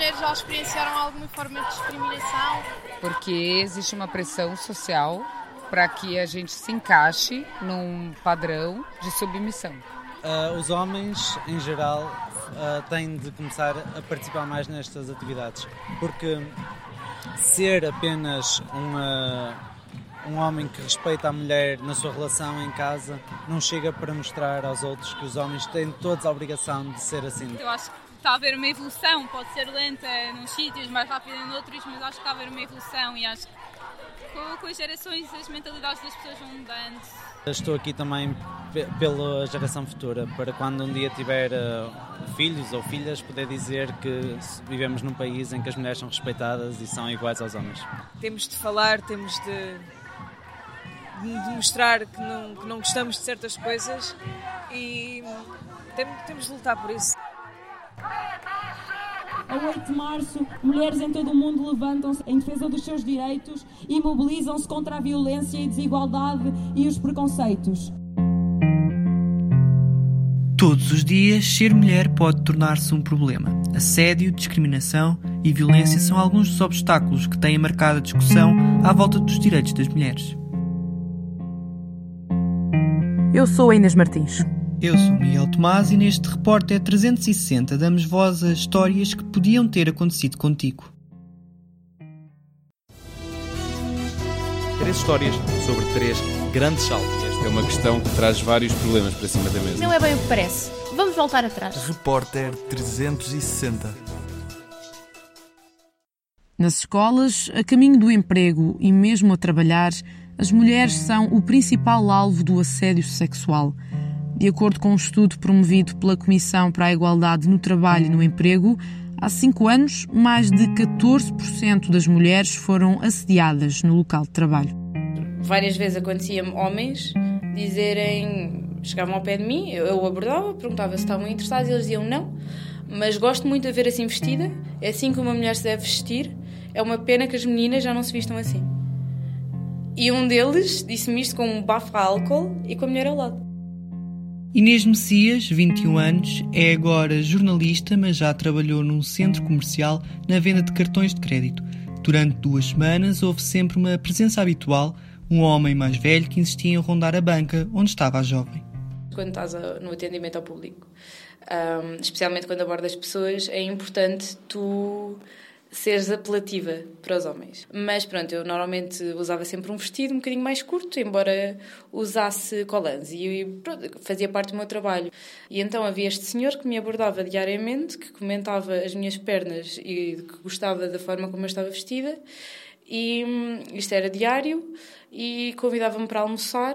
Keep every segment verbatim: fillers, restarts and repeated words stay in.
mulheres já experienciaram alguma forma de discriminação? Porque existe uma pressão social para que a gente se encaixe num padrão de submissão. Uh, os homens, em geral, uh, têm de começar a participar mais nestas atividades, porque ser apenas uma, um homem que respeita a mulher na sua relação em casa não chega para mostrar aos outros que os homens têm todos a obrigação de ser assim. Eu acho que está a haver uma evolução, pode ser lenta nos sítios, mais rápida noutros, mas acho que está a haver uma evolução e acho que com, com as gerações as mentalidades das pessoas vão mudando. Estou aqui também p- pela geração futura, para quando um dia tiver uh, filhos ou filhas, poder dizer que vivemos num país em que as mulheres são respeitadas e são iguais aos homens. Temos de falar, temos de, de mostrar que não, que não gostamos de certas coisas e tem, temos de lutar por isso. A oito de março, mulheres em todo o mundo levantam-se em defesa dos seus direitos e mobilizam-se contra a violência e desigualdade e os preconceitos. Todos os dias, ser mulher pode tornar-se um problema. Assédio, discriminação e violência são alguns dos obstáculos que têm marcado a discussão à volta dos direitos das mulheres. Eu sou a Inês Martins. Eu sou o Miguel Tomás e neste Repórter trezentos e sessenta damos voz a histórias que podiam ter acontecido contigo. Três histórias sobre três grandes saltos. Esta é uma questão que traz vários problemas para cima da mesa. Não é bem o que parece. Vamos voltar atrás. Repórter trezentos e sessenta. Nas escolas, a caminho do emprego e mesmo a trabalhar, as mulheres são o principal alvo do assédio sexual. De acordo com um estudo promovido pela Comissão para a Igualdade no Trabalho e no Emprego, há cinco anos, mais de catorze por cento das mulheres foram assediadas no local de trabalho. Várias vezes acontecia-me homens dizerem, chegavam ao pé de mim, eu abordava, perguntava se estavam interessados e eles diziam não, mas gosto muito de a ver assim vestida, é assim que uma mulher se deve vestir, é uma pena que as meninas já não se vistam assim. E um deles disse-me isto com um bafo a álcool e com a mulher ao lado. Inês Messias, vinte e um anos, é agora jornalista, mas já trabalhou num centro comercial na venda de cartões de crédito. Durante duas semanas houve sempre uma presença habitual, um homem mais velho que insistia em rondar a banca onde estava a jovem. Quando estás no atendimento ao público, um, especialmente quando abordas pessoas, é importante tu seres apelativa para os homens. Mas pronto, eu normalmente usava sempre um vestido um bocadinho mais curto, embora usasse colãs, e pronto, fazia parte do meu trabalho. E então havia este senhor que me abordava diariamente, que comentava as minhas pernas e que gostava da forma como eu estava vestida, e hum, isto era diário, e convidava-me para almoçar,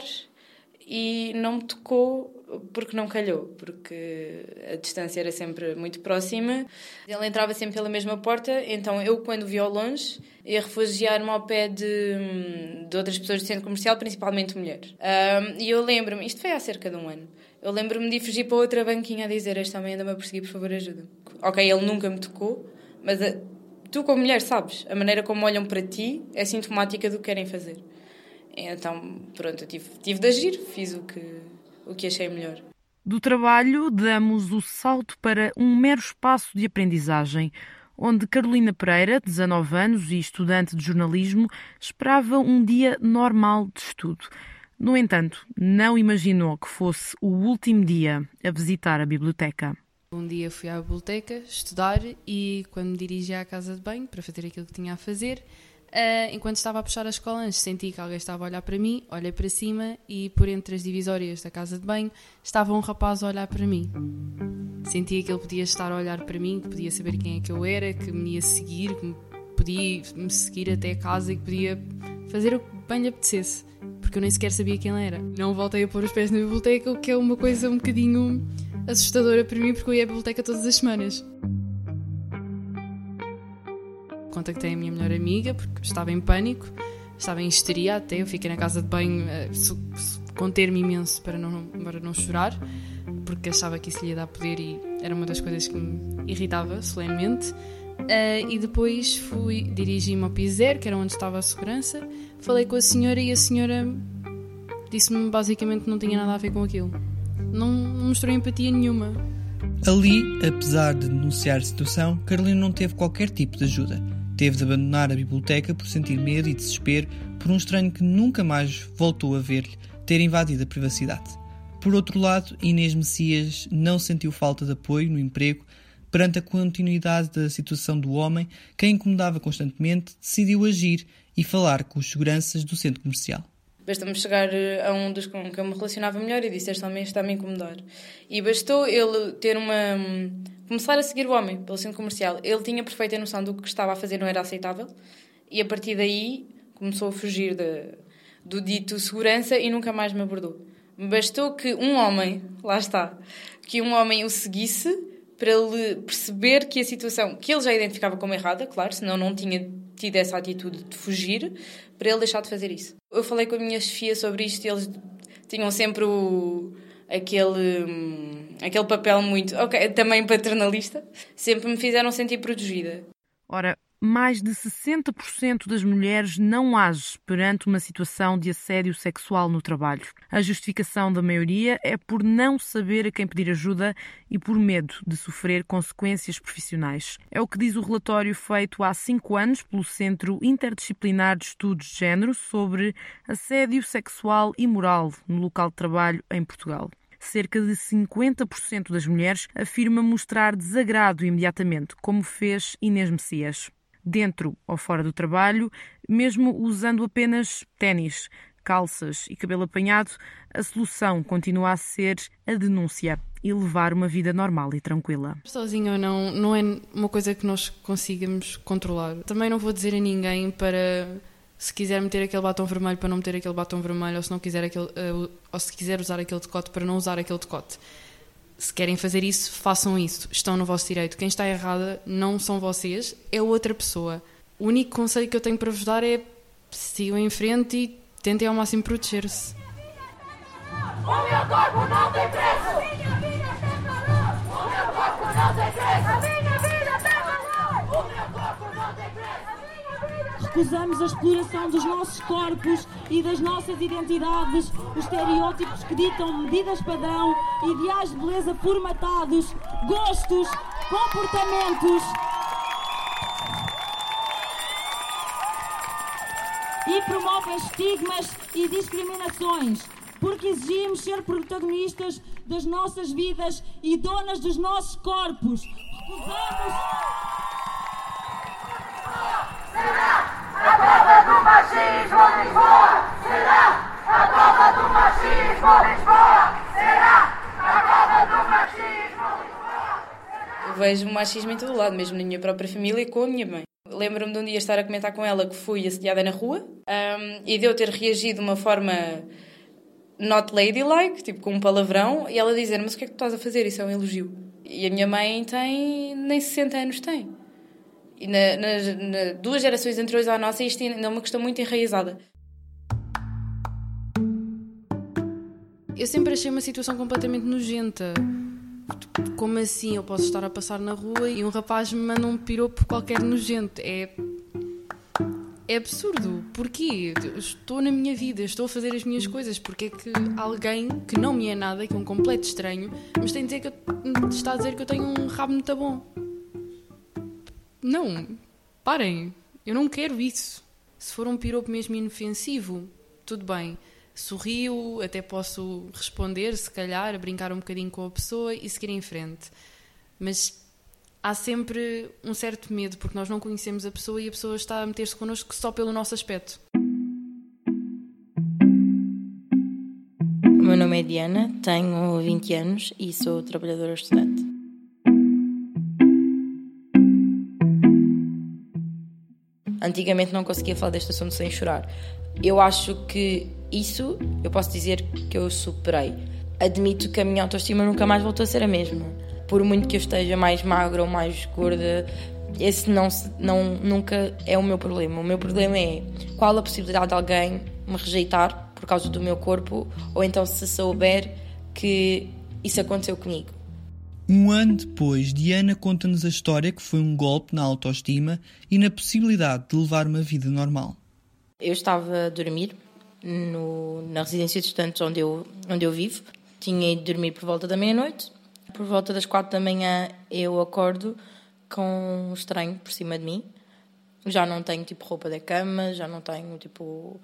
e não me tocou porque não calhou, porque a distância era sempre muito próxima. Ele entrava sempre pela mesma porta, então eu, quando o vi ao longe, ia refugiar-me ao pé de, de outras pessoas do centro comercial, principalmente mulheres. Um, e eu lembro-me, isto foi há cerca de um ano, eu lembro-me de fugir para outra banquinha a dizer: este homem anda-me a perseguir, por favor, ajuda-me. Ok, ele nunca me tocou, mas a, tu como mulher sabes, a maneira como olham para ti é sintomática do que querem fazer. Então, pronto, eu tive, tive de agir, fiz o que... o que achei melhor. Do trabalho, damos o salto para um mero espaço de aprendizagem, onde Carolina Pereira, dezanove anos e estudante de jornalismo, esperava um dia normal de estudo. No entanto, não imaginou que fosse o último dia a visitar a biblioteca. Um dia fui à biblioteca estudar e, quando me dirigi à casa de banho para fazer aquilo que tinha a fazer, Uh, enquanto estava a puxar as colãs, senti que alguém estava a olhar para mim, olhei para cima e por entre as divisórias da casa de banho estava um rapaz a olhar para mim. Sentia que ele podia estar a olhar para mim, que podia saber quem é que eu era, que me ia seguir, que me podia me seguir até a casa e que podia fazer o que bem lhe apetecesse, porque eu nem sequer sabia quem ele era. Não voltei a pôr os pés na biblioteca, o que é uma coisa um bocadinho assustadora para mim, porque eu ia à biblioteca todas as semanas. Contactei a minha melhor amiga porque estava em pânico, estava em histeria até, eu fiquei na casa de banho a conter-me imenso para não, para não chorar, porque achava que isso lhe ia dar poder e era uma das coisas que me irritava solenemente. Uh, e depois fui, dirigi-me ao piso zero, que era onde estava a segurança, falei com a senhora e a senhora disse-me basicamente que não tinha nada a ver com aquilo. Não, não mostrou empatia nenhuma. Ali, apesar de denunciar a situação, Carolina não teve qualquer tipo de ajuda. Teve de abandonar a biblioteca por sentir medo e desespero por um estranho que nunca mais voltou a ver-lhe ter invadido a privacidade. Por outro lado, Inês Messias não sentiu falta de apoio no emprego. Perante a continuidade da situação do homem, que a incomodava constantemente, decidiu agir e falar com os seguranças do centro comercial. Bastou-me chegar a um dos com que eu me relacionava melhor e disse: este homem está-me a incomodar. E bastou ele ter uma... começar a seguir o homem pelo centro comercial. Ele tinha perfeita noção do que estava a fazer não era aceitável e a partir daí começou a fugir de, do dito segurança e nunca mais me abordou. Bastou que um homem, lá está, que um homem o seguisse para ele perceber que a situação, que ele já identificava como errada, claro, senão não tinha tido essa atitude de fugir, para ele deixar de fazer isso. Eu falei com a minha chefia sobre isto e eles tinham sempre o, aquele, aquele papel muito, ok, também paternalista, sempre me fizeram sentir protegida. Ora, mais de sessenta por cento das mulheres não age perante uma situação de assédio sexual no trabalho. A justificação da maioria é por não saber a quem pedir ajuda e por medo de sofrer consequências profissionais. É o que diz o relatório feito há cinco anos pelo Centro Interdisciplinar de Estudos de Género sobre assédio sexual e moral no local de trabalho em Portugal. Cerca de cinquenta por cento das mulheres afirma mostrar desagrado imediatamente, como fez Inês Messias. Dentro ou fora do trabalho, mesmo usando apenas ténis, calças e cabelo apanhado, a solução continua a ser a denúncia e levar uma vida normal e tranquila. Sozinho ou não, não é uma coisa que nós consigamos controlar. Também não vou dizer a ninguém para, se quiser meter aquele batom vermelho, para não meter aquele batom vermelho, ou se não quiser aquele, ou se quiser usar aquele decote, para não usar aquele decote. Se querem fazer isso, façam isso. Estão no vosso direito. Quem está errada não são vocês, é outra pessoa. O único conselho que eu tenho para vos dar é sigam em frente e tentem ao máximo proteger-se. O meu corpo não tem preço! A minha vida tem valor! O meu corpo não tem preço! A minha vida tem valor! O meu corpo não tem preço! A minha vida... Recusamos a exploração dos nossos corpos e das nossas identidades, os estereótipos que ditam medidas padrão, ideais de beleza formatados, gostos, comportamentos e promovem estigmas e discriminações, porque exigimos ser protagonistas das nossas vidas e donas dos nossos corpos. Recusamos... Será a prova do machismo em Lisboa? Será a prova do machismo em Lisboa? Será a prova do machismo em Lisboa? Eu vejo o machismo em todo lado, mesmo na minha própria família e com a minha mãe. Lembro-me de um dia estar a comentar com ela que fui assediada na rua um, e de eu ter reagido de uma forma not ladylike, tipo com um palavrão, e ela dizer: mas o que é que tu estás a fazer? Isso é um elogio. E a minha mãe tem nem sessenta anos tem. E na, nas na duas gerações anteriores à nossa isto ainda é uma questão muito enraizada. Eu sempre achei uma situação completamente nojenta. Como assim eu posso estar a passar na rua e um rapaz me manda um piropo qualquer nojento? É... é absurdo. Porquê? Eu estou na minha vida, estou a fazer as minhas coisas. Porque é que alguém que não me é nada, que é um completo estranho, mas tem de dizer que eu, está a dizer que eu tenho um rabo muito bom? Não, parem, eu não quero isso. Se for um piropo mesmo inofensivo, tudo bem. Sorrio, até posso responder, se calhar, brincar um bocadinho com a pessoa e seguir em frente. Mas há sempre um certo medo, porque nós não conhecemos a pessoa e a pessoa está a meter-se connosco só pelo nosso aspecto. O meu nome é Diana, tenho vinte anos e sou trabalhadora estudante. Antigamente não conseguia falar deste assunto sem chorar. Eu acho que isso, eu posso dizer que eu superei. Admito que a minha autoestima nunca mais voltou a ser a mesma. Por muito que eu esteja mais magra ou mais gorda, esse não, não, nunca é o meu problema. O meu problema é qual a possibilidade de alguém me rejeitar por causa do meu corpo, ou então se souber que isso aconteceu comigo. Um ano depois, Diana conta-nos a história que foi um golpe na autoestima e na possibilidade de levar uma vida normal. Eu estava a dormir no, na residência de estudantes onde eu, onde eu vivo. Tinha ido dormir por volta da meia-noite. Por volta das quatro da manhã eu acordo com um estranho por cima de mim. Já não tenho tipo roupa da cama, já não tenho tipo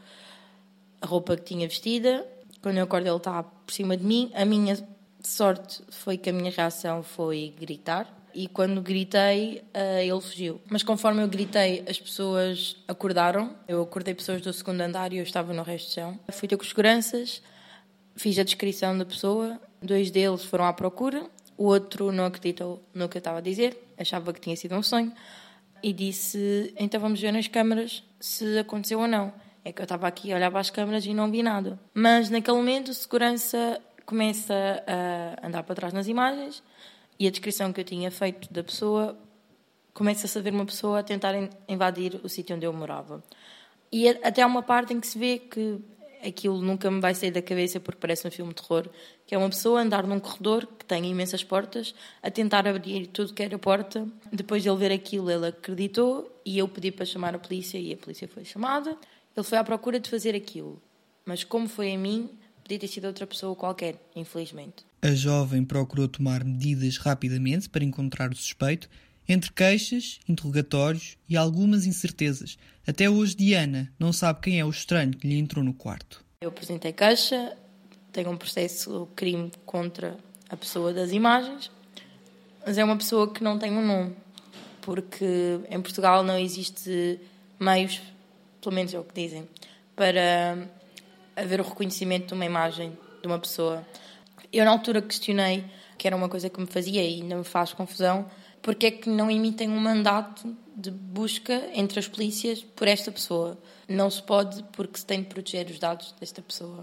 a roupa que tinha vestida. Quando eu acordo ele está por cima de mim. A minha sorte foi que a minha reação foi gritar. E quando gritei, ele fugiu. Mas conforme eu gritei, as pessoas acordaram. Eu acordei pessoas do segundo andar e eu estava no resto do chão. Fui ter com os seguranças, fiz a descrição da pessoa. Dois deles foram à procura. O outro não acreditou no que eu estava a dizer. Achava que tinha sido um sonho. E disse, então vamos ver nas câmaras se aconteceu ou não. É que eu estava aqui a olhar para as câmaras e não vi nada. Mas naquele momento o segurança começa a andar para trás nas imagens e a descrição que eu tinha feito da pessoa começa-se a ver uma pessoa a tentar invadir o sítio onde eu morava. E até há uma parte em que se vê que aquilo nunca me vai sair da cabeça porque parece um filme de terror, que é uma pessoa a andar num corredor que tem imensas portas, a tentar abrir tudo que era porta. Depois de ele ver aquilo, ele acreditou e eu pedi para chamar a polícia e a polícia foi chamada. Ele foi à procura de fazer aquilo, mas como foi a mim, podia ter sido outra pessoa qualquer, infelizmente. A jovem procurou tomar medidas rapidamente para encontrar o suspeito, entre queixas, interrogatórios e algumas incertezas. Até hoje, Diana não sabe quem é o estranho que lhe entrou no quarto. Eu apresentei queixa, tenho um processo crime contra a pessoa das imagens, mas é uma pessoa que não tem um nome, porque em Portugal não existe meios, pelo menos é o que dizem, para haver o reconhecimento de uma imagem de uma pessoa. Eu na altura questionei, que era uma coisa que me fazia e ainda me faz confusão, porque é que não emitem um mandato de busca entre as polícias por esta pessoa. Não se pode, porque se tem de proteger os dados desta pessoa.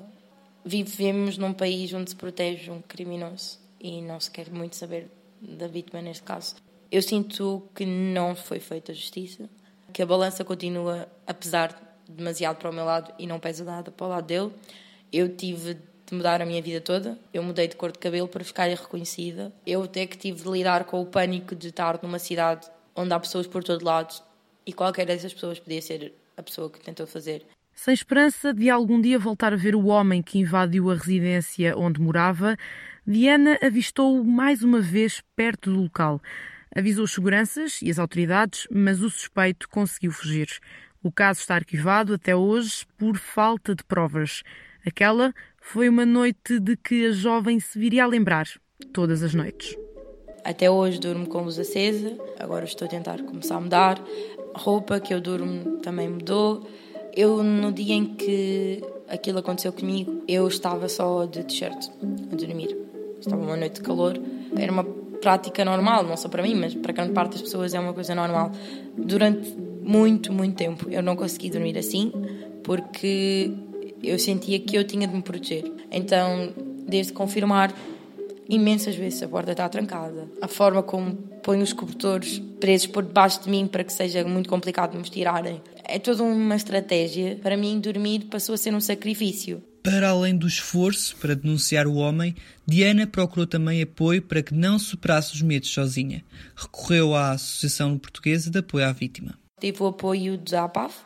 Vivemos num país onde se protege um criminoso e não se quer muito saber da vítima neste caso. Eu sinto que não foi feita justiça, que a balança continua a pesar demasiado para o meu lado e não pesa nada para o lado dele. Eu tive de mudar a minha vida toda. Eu mudei de cor de cabelo para ficar reconhecida. Eu até que tive de lidar com o pânico de estar numa cidade onde há pessoas por todo lado e qualquer dessas pessoas podia ser a pessoa que tentou fazer. Sem esperança de algum dia voltar a ver o homem que invadiu a residência onde morava, Diana avistou-o mais uma vez perto do local. Avisou os seguranças e as autoridades, mas o suspeito conseguiu fugir. O caso está arquivado até hoje por falta de provas. Aquela foi uma noite de que a jovem se viria a lembrar todas as noites. Até hoje durmo com luz acesa, agora estou a tentar começar a mudar. A roupa que eu durmo também mudou. Eu, no dia em que aquilo aconteceu comigo, eu estava só de t-shirt a dormir. Estava uma noite de calor. Era uma prática normal, não só para mim, mas para grande parte das pessoas é uma coisa normal. Durante muito, muito tempo eu não consegui dormir assim, porque eu sentia que eu tinha de me proteger. Então, desde confirmar, imensas vezes a porta está trancada. A forma como ponho os cobertores presos por debaixo de mim para que seja muito complicado de me tirarem. É toda uma estratégia. Para mim, dormir passou a ser um sacrifício. Para além do esforço para denunciar o homem, Diana procurou também apoio para que não superasse os medos sozinha. Recorreu à Associação Portuguesa de Apoio à Vítima. Tive o apoio da A P A V,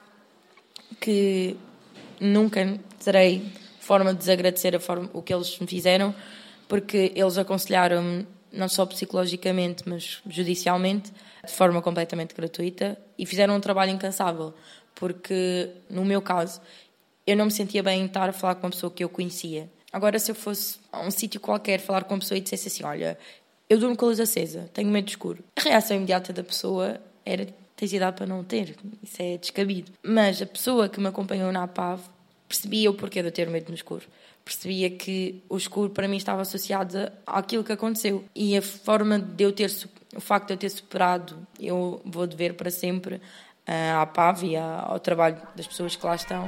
que nunca terei forma de desagradecer a forma, o que eles me fizeram, porque eles aconselharam-me não só psicologicamente, mas judicialmente, de forma completamente gratuita, e fizeram um trabalho incansável, porque, no meu caso, eu não me sentia bem em estar a falar com uma pessoa que eu conhecia. Agora, se eu fosse a um sítio qualquer falar com uma pessoa e dissesse assim, olha, eu durmo com a luz acesa, tenho medo de escuro, a reação imediata da pessoa era, tens idade para não ter, isso é descabido. Mas a pessoa que me acompanhou na A P A V percebia o porquê de eu ter medo no escuro. Percebia que o escuro para mim estava associado àquilo que aconteceu. E a forma de eu ter, o facto de eu ter superado, eu vou dever para sempre à A P A V e ao trabalho das pessoas que lá estão.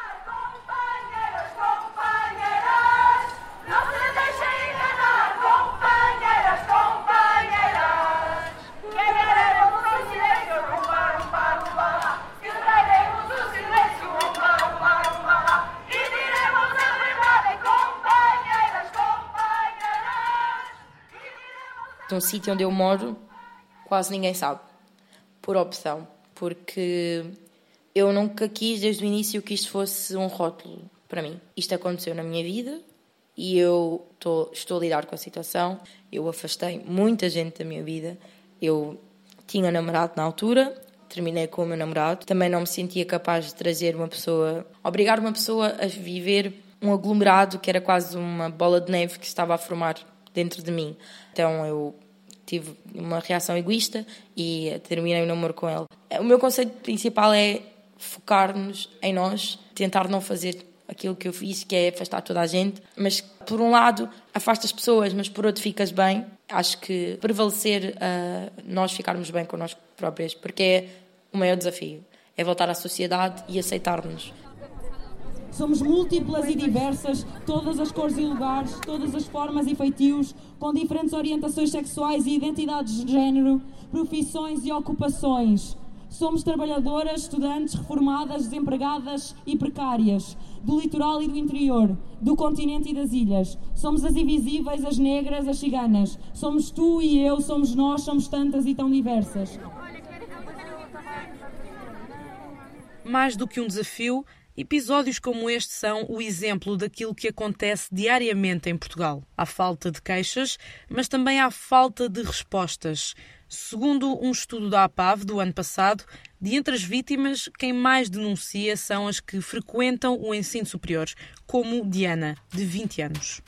Um sítio onde eu moro, quase ninguém sabe, por opção, porque eu nunca quis, desde o início, que isto fosse um rótulo para mim. Isto aconteceu na minha vida e eu tô, estou a lidar com a situação. Eu afastei muita gente da minha vida. Eu tinha namorado na altura, terminei com o meu namorado. Também não me sentia capaz de trazer uma pessoa, obrigar uma pessoa a viver um aglomerado que era quase uma bola de neve que estava a formar dentro de mim. Então eu tive uma reação egoísta e terminei o namoro com ele. O meu conceito principal é focar-nos em nós, tentar não fazer aquilo que eu fiz, que é afastar toda a gente. Mas, por um lado, afasta as pessoas, mas por outro ficas bem. Acho que prevalecer uh, nós ficarmos bem connosco próprios, porque é o maior desafio. É voltar à sociedade e aceitar-nos. Somos múltiplas e diversas, todas as cores e lugares, todas as formas e feitios, com diferentes orientações sexuais e identidades de género, profissões e ocupações. Somos trabalhadoras, estudantes, reformadas, desempregadas e precárias, do litoral e do interior, do continente e das ilhas. Somos as invisíveis, as negras, as ciganas. Somos tu e eu, somos nós, somos tantas e tão diversas. Mais do que um desafio, episódios como este são o exemplo daquilo que acontece diariamente em Portugal. Há falta de queixas, mas também há falta de respostas. Segundo um estudo da A P A V do ano passado, de entre as vítimas, quem mais denuncia são as que frequentam o ensino superior, como Diana, de vinte anos.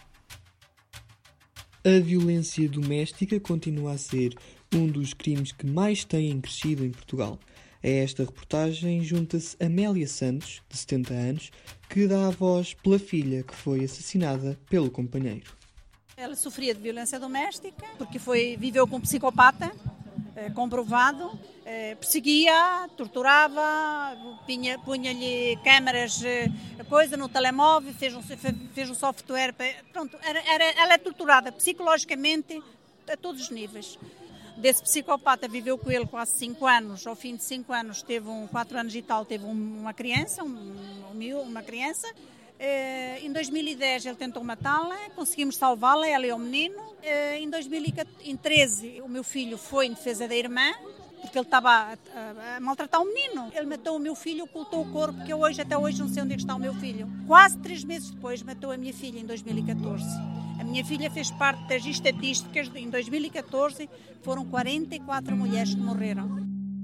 A violência doméstica continua a ser um dos crimes que mais têm crescido em Portugal. A esta reportagem junta-se Amélia Santos, de setenta anos, que dá a voz pela filha que foi assassinada pelo companheiro. Ela sofria de violência doméstica porque foi, viveu com um psicopata, eh, comprovado, eh, perseguia, torturava, punha, punha-lhe câmaras, eh, coisa no telemóvel, fez um, fez um software, para, pronto, era, era, ela é torturada psicologicamente a todos os níveis. Desse psicopata viveu com ele quase cinco anos, ao fim de cinco anos teve um, quatro anos e tal, teve uma criança, um, uma criança. Uh, em dois mil e dez ele tentou matá-la, conseguimos salvá-la, ela e o menino. Uh, em dois mil e treze o meu filho foi em defesa da irmã, porque ele estava a, a, a maltratar o menino. Ele matou o meu filho, ocultou o corpo, que eu hoje, até hoje não sei onde é que está o meu filho. Quase três meses depois matou a minha filha, em dois mil e catorze. A minha filha fez parte das estatísticas, em dois mil e catorze foram quarenta e quatro mulheres que morreram.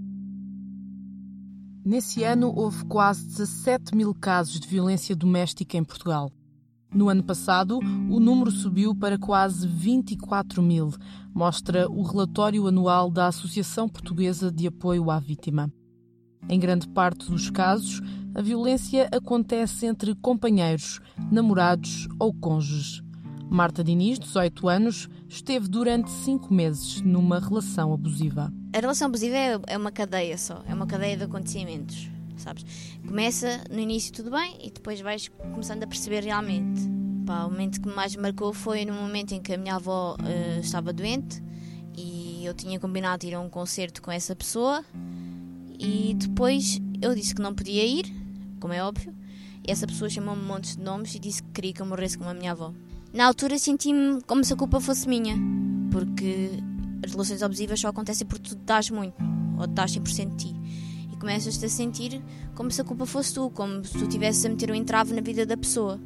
Nesse ano, houve quase dezassete mil casos de violência doméstica em Portugal. No ano passado, o número subiu para quase vinte e quatro mil, mostra o relatório anual da Associação Portuguesa de Apoio à Vítima. Em grande parte dos casos, a violência acontece entre companheiros, namorados ou cônjuges. Marta Diniz, dezoito anos, esteve durante cinco meses numa relação abusiva. A relação abusiva é uma cadeia só, é uma cadeia de acontecimentos, sabes? Começa no início tudo bem e depois vais começando a perceber realmente. Pá, o momento que mais me marcou foi no momento em que a minha avó uh, estava doente e eu tinha combinado ir a um concerto com essa pessoa e depois eu disse que não podia ir, como é óbvio, e essa pessoa chamou-me um monte de nomes e disse que queria que eu morresse como a minha avó. Na altura senti-me como se a culpa fosse minha, porque as relações abusivas só acontecem porque tu dás muito, ou dás cem por cento de ti. E começas-te a sentir como se a culpa fosse tu, como se tu estivesses a meter um entrave na vida da pessoa.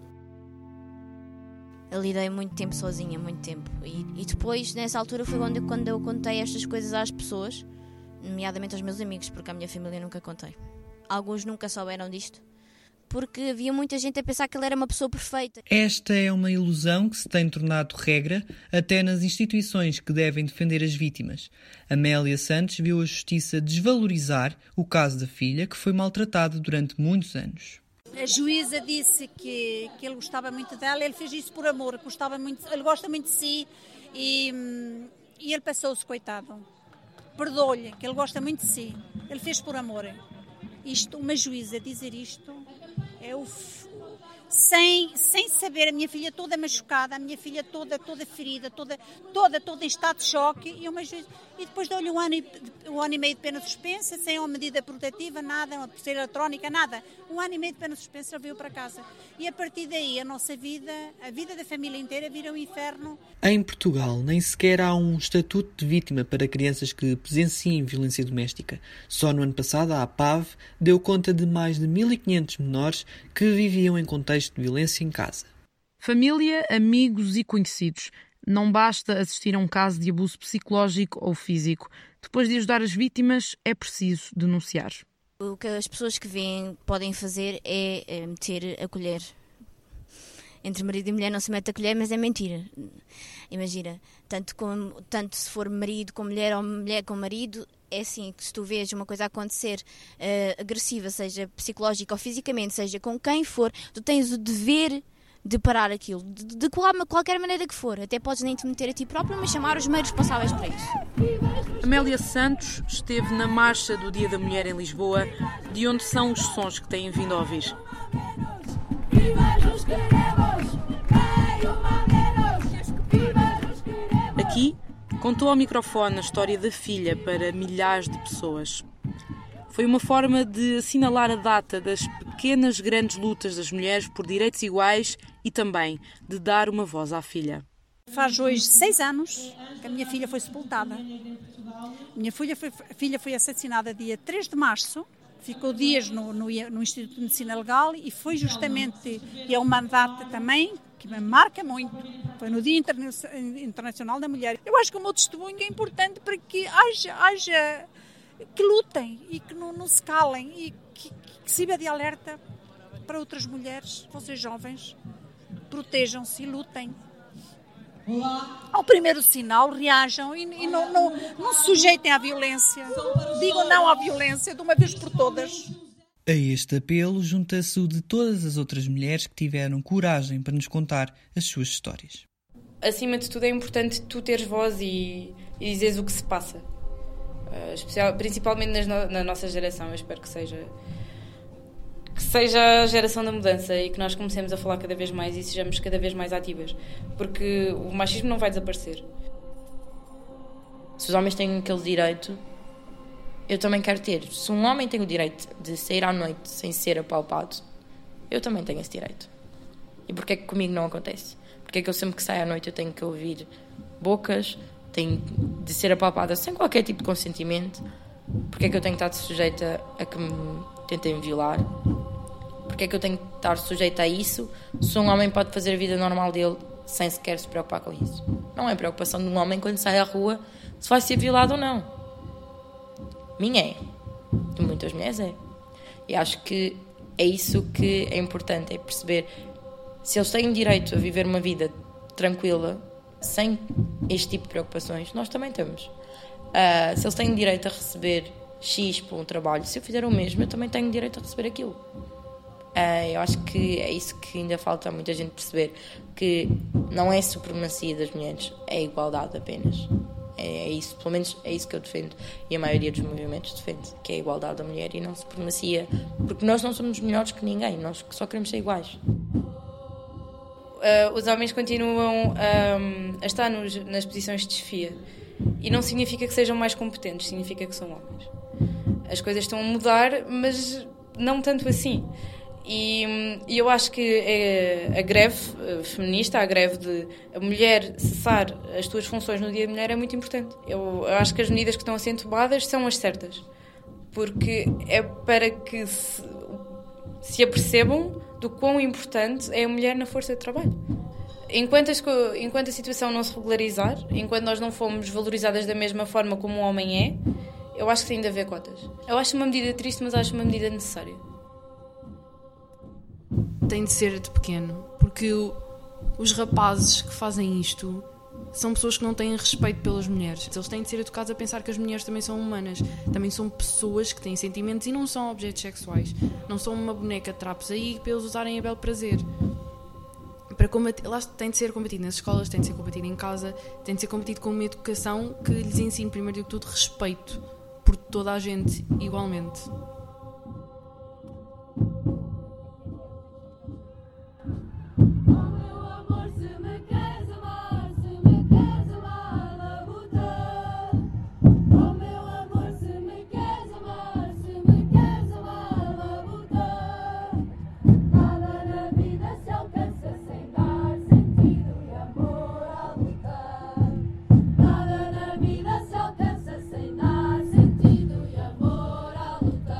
Eu lidei muito tempo sozinha, muito tempo. E, e depois, nessa altura, foi quando eu, quando eu contei estas coisas às pessoas, nomeadamente aos meus amigos, porque à minha família nunca contei. Alguns nunca souberam disto, porque havia muita gente a pensar que ele era uma pessoa perfeita. Esta é uma ilusão que se tem tornado regra até nas instituições que devem defender as vítimas. Amélia Santos viu a justiça desvalorizar o caso da filha, que foi maltratada durante muitos anos. A juíza disse que, que ele gostava muito dela, ele fez isso por amor, gostava muito, ele gosta muito de si e, e ele passou-se, coitado. Perdoe-lhe, que ele gosta muito de si, ele fez por amor. Isto, uma juíza dizer isto, é o f... sem, sem saber, a minha filha toda machucada, a minha filha toda, toda ferida, toda, toda, toda em estado de choque, e uma juíza, e depois deu-lhe um ano, e, um ano e meio de pena suspensa, sem uma medida protetiva, nada, uma pulseira eletrónica, nada. Um ano e meio de pena suspensa, ela veio para casa. E a partir daí, a nossa vida, a vida da família inteira vira um inferno. Em Portugal, nem sequer há um estatuto de vítima para crianças que presenciem violência doméstica. Só no ano passado, a A P A V deu conta de mais de mil e quinhentos menores que viviam em contexto de violência em casa. Família, amigos e conhecidos. Não basta assistir a um caso de abuso psicológico ou físico. Depois de ajudar as vítimas, é preciso denunciar. O que as pessoas que veem podem fazer é meter a colher. Entre marido e mulher não se mete a colher, mas é mentira. Imagina, tanto, como, tanto se for marido com mulher ou mulher com marido, é assim, que se tu vês uma coisa acontecer uh, agressiva, seja psicológica ou fisicamente, seja com quem for, tu tens o dever de parar aquilo, de, de qualquer maneira que for. Até podes nem te meter a ti próprio, mas chamar os meios responsáveis para isso. Amélia Santos esteve na marcha do Dia da Mulher em Lisboa, de onde são os sons que têm vindo a ouvir. Aqui, contou ao microfone a história da filha para milhares de pessoas. Foi uma forma de assinalar a data das pequenas grandes lutas das mulheres por direitos iguais e também de dar uma voz à filha. Faz hoje seis anos que a minha filha foi sepultada. A minha filha foi, a filha foi assassinada dia três de março. Ficou dias no, no, no Instituto de Medicina Legal e foi justamente, e é uma data também que me marca muito, foi no Dia Interna- Internacional da Mulher. Eu acho que o meu testemunho é importante para que haja, haja que lutem e que não, não se calem e que, que sirva de alerta para outras mulheres, vocês jovens, protejam-se e lutem. Ao primeiro sinal, reajam e, e não, não, não se sujeitem à violência. Digam não à violência de uma vez por todas. A este apelo junta-se o de todas as outras mulheres que tiveram coragem para nos contar as suas histórias. Acima de tudo é importante tu teres voz e, e dizeres o que se passa. Uh, especial, principalmente nas no, na nossa geração, eu espero que seja... que seja a geração da mudança e que nós comecemos a falar cada vez mais e sejamos cada vez mais ativas, porque o machismo não vai desaparecer. Se os homens têm aquele direito, eu também quero ter. Se um homem tem o direito de sair à noite sem ser apalpado, eu também tenho esse direito. E porquê é que comigo não acontece? Porquê é que eu sempre que saio à noite eu tenho que ouvir bocas, tenho de ser apalpada sem qualquer tipo de consentimento? Porquê é que eu tenho que estar sujeita a que me tentem violar? Porquê é que eu tenho que estar sujeita a isso se um homem pode fazer a vida normal dele sem sequer se preocupar com isso? Não é preocupação de um homem quando sai à rua se vai ser violado ou não. Minha é. De muitas mulheres é. E acho que é isso que é importante, é perceber se eles têm direito a viver uma vida tranquila, sem este tipo de preocupações, nós também temos. Uh, se eles têm direito a receber X por um trabalho, se eu fizer o mesmo, eu também tenho direito a receber aquilo. Uh, eu acho que é isso que ainda falta a muita gente perceber, que não é supremacia das mulheres, é igualdade apenas. É, é isso, pelo menos é isso que eu defendo e a maioria dos movimentos defende, que é a igualdade da mulher e não supremacia, porque nós não somos melhores que ninguém, nós só queremos ser iguais. Uh, os homens continuam um, a estar nos, nas posições de chefia e não significa que sejam mais competentes, significa que são homens. As coisas estão a mudar, mas não tanto assim. E, e eu acho que a, a greve feminista, a greve de a mulher cessar as suas funções no Dia da Mulher é muito importante. Eu, eu acho que as medidas que estão a ser tomadas são as certas, porque é para que se, se apercebam do quão importante é a mulher na força de trabalho. Enquanto, as, enquanto a situação não se regularizar, enquanto nós não formos valorizadas da mesma forma como um homem é, eu acho que tem de haver cotas. Eu acho uma medida triste, mas acho uma medida necessária. Tem de ser de pequeno, porque o, os rapazes que fazem isto são pessoas que não têm respeito pelas mulheres. Eles têm de ser educados a pensar que as mulheres também são humanas, também são pessoas que têm sentimentos e não são objetos sexuais. Não são uma boneca de trapos aí para eles usarem a belo prazer. Para combater, lá tem de ser combatido nas escolas, tem de ser combatido em casa, tem de ser combatido com uma educação que lhes ensine, primeiro de tudo, respeito por toda a gente igualmente. Nada na vida se alcança sem dar sentido e amor à luta.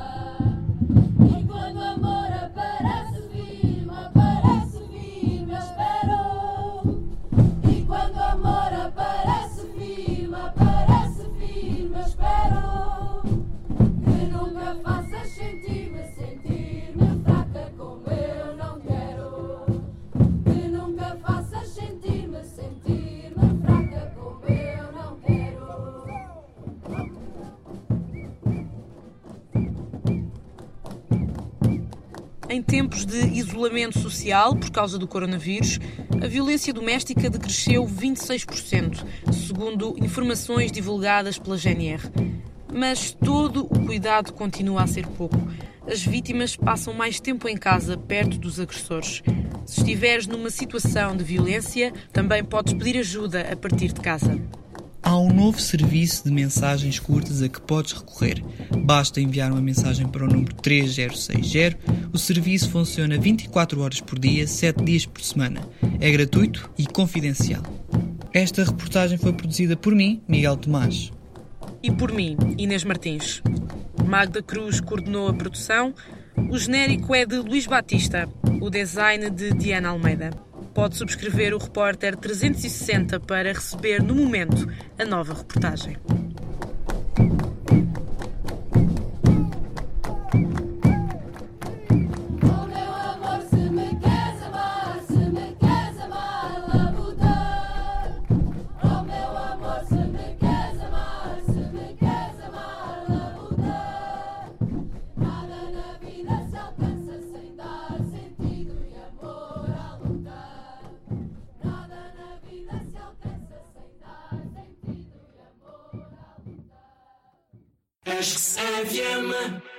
Em tempos de isolamento social por causa do coronavírus, a violência doméstica decresceu vinte e seis por cento, segundo informações divulgadas pela G N R. Mas todo o cuidado continua a ser pouco. As vítimas passam mais tempo em casa, perto dos agressores. Se estiveres numa situação de violência, também podes pedir ajuda a partir de casa. Há um novo serviço de mensagens curtas a que podes recorrer. Basta enviar uma mensagem para o número três zero seis zero. O serviço funciona vinte e quatro horas por dia, sete dias por semana. É gratuito e confidencial. Esta reportagem foi produzida por mim, Miguel Tomás. E por mim, Inês Martins. Magda Cruz coordenou a produção. O genérico é de Luís Batista. O design de Diana Almeida. Pode subscrever o Repórter trezentos e sessenta para receber no momento a nova reportagem. F M